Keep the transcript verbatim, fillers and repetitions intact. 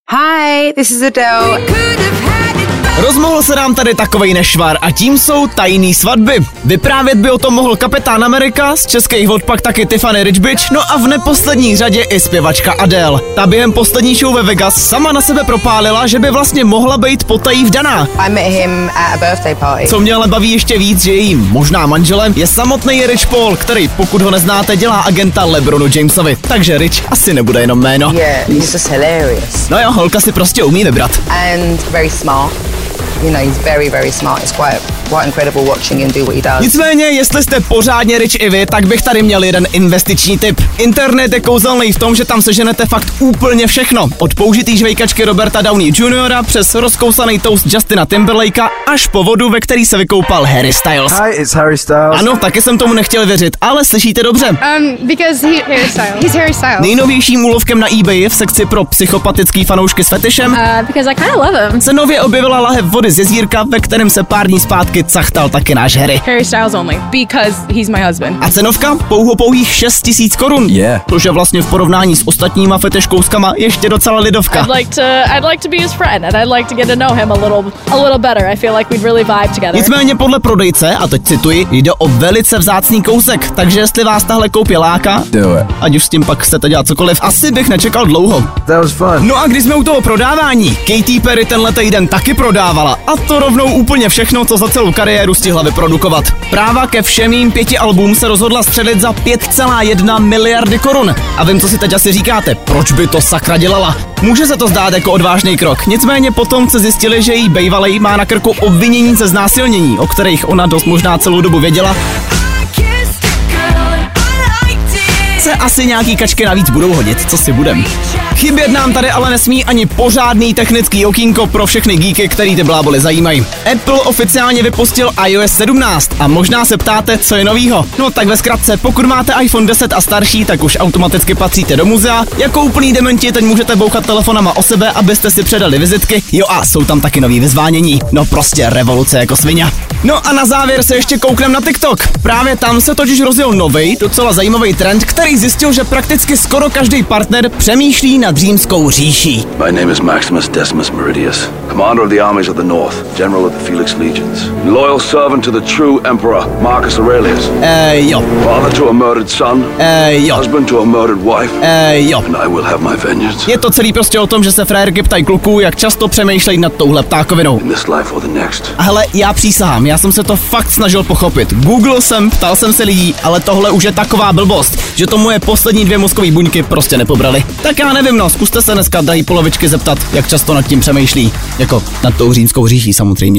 Hi, this is Adele. Rozmohl se nám tady takovej nešvar a tím jsou tajný svatby. Vyprávět by o tom mohl Kapitán Amerika, z českých vod pak taky Tiffany Richbridge, no a v neposlední řadě i zpěvačka Adele. Ta během poslední show ve Vegas sama na sebe propálila, že by vlastně mohla být potají vdaná. I met him at a birthday party. Co mě ale baví ještě víc, že jejím možná manželem je samotný Rich Paul, který, pokud ho neznáte, dělá agenta LeBronu Jamesovi. Takže Rich asi nebude jenom jméno. Yeah, he's just hilarious. No jo, holka si prostě umí vybrat. And very smart. You know, he's very, very smart. It's quite, quite incredible watching him do what he does. Nicméně, jestli jste pořádně rich i vy, tak bych tady měl jeden investiční tip. Internet je kouzelný v tom, že tam seženete fakt úplně všechno. Od použitý žvejkačky Roberta Downey juniora přes rozkousaný toast Justina Timberlakea až po vodu, ve který se vykoupal Harry Styles. Hi, it's Harry Styles. Ano, taky jsem tomu nechtěl věřit, ale slyšíte dobře. Um, because he, Harry Styles. He's Harry Styles. Nejnovějším úlovkem na eBay v sekci pro psychopatický fanoušky s fetišem Uh, because I kind of love him. se nově objevila lahev vody z jezírka, ve kterém se pár dní zpátky cachtal taky náš Harry. Harry Styles only, because he's my husband. A cenovka? Pouho pouhých šest tisíc korun. Yeah. Což je vlastně v porovnání s ostatníma fetiškouskama ještě docela lidovka. I'd like to, I'd like to be his friend, and I'd like to get to know him a little, a little better. I feel like we'd really vibe together. Nicméně podle prodejce, a teď cituji, jde o velice vzácný kousek, takže jestli vás tahle koupě láká, Do it. ať už s tím pak chcete dělat cokoliv, asi bych nečekal dlouho. That was fun. No a když jsme u toho prodávání, Katy Perry tenhle týden taky prodávala, a to rovnou úplně všechno, co za celou kariéru stihla vyprodukovat. Práva ke všem jím pěti albům se rozhodla střelit za pět celá jedna miliardy korun. A vím, co si teď asi říkáte, proč by to sakra dělala? Může se to zdát jako odvážný krok, nicméně potom se zjistili, že její bejvalej má na krku obvinění ze znásilnění, o kterých ona dost možná celou dobu věděla. Se asi nějaký kačky navíc budou hodit, co si budem. Chybět nám tady ale nesmí ani pořádný technický okýnko pro všechny geeky, který ty bláboli zajímají. Apple oficiálně vypustil i O S sedmnáct a možná se ptáte, co je novýho. No tak ve zkratce, pokud máte iPhone deset a starší, tak už automaticky patříte do muzea. Jako úplný dementi teď můžete bouchat telefonama o sebe, abyste si předali vizitky. Jo a jsou tam taky nový vyzvánění. No prostě revoluce jako svině. No a na závěr se ještě kouknem na TikTok. Právě tam se totiž rozjel novej, docela zajímavý trend, který zjistil, že prakticky skoro každý partner přemýšlí nad římskou říší. My name is Maximus Decimus Meridius, commander of the armies of the North, general of the Felix Legions, loyal servant to the true emperor Marcus Aurelius. Eh, jo. Father to a murdered son, Eh, jo. husband to a murdered wife, Eh, jo. and I will have my vengeance. Je to celý prostě o tom, že se frérky ptají kluků, jak často přemýšlejí nad touhle ptákovinou. In this life or the next. A hele, já přísahám, já jsem se to fakt snažil pochopit. Google jsem, ptal jsem se lidí, ale tohle už je taková blbost, že to moje poslední dvě mozkové buňky prostě nepobrali. Tak já nevím, no, zkuste se dneska, drahý polovičky, zeptat, jak často nad tím přemýšlí. Jako nad tou římskou říší samozřejmě.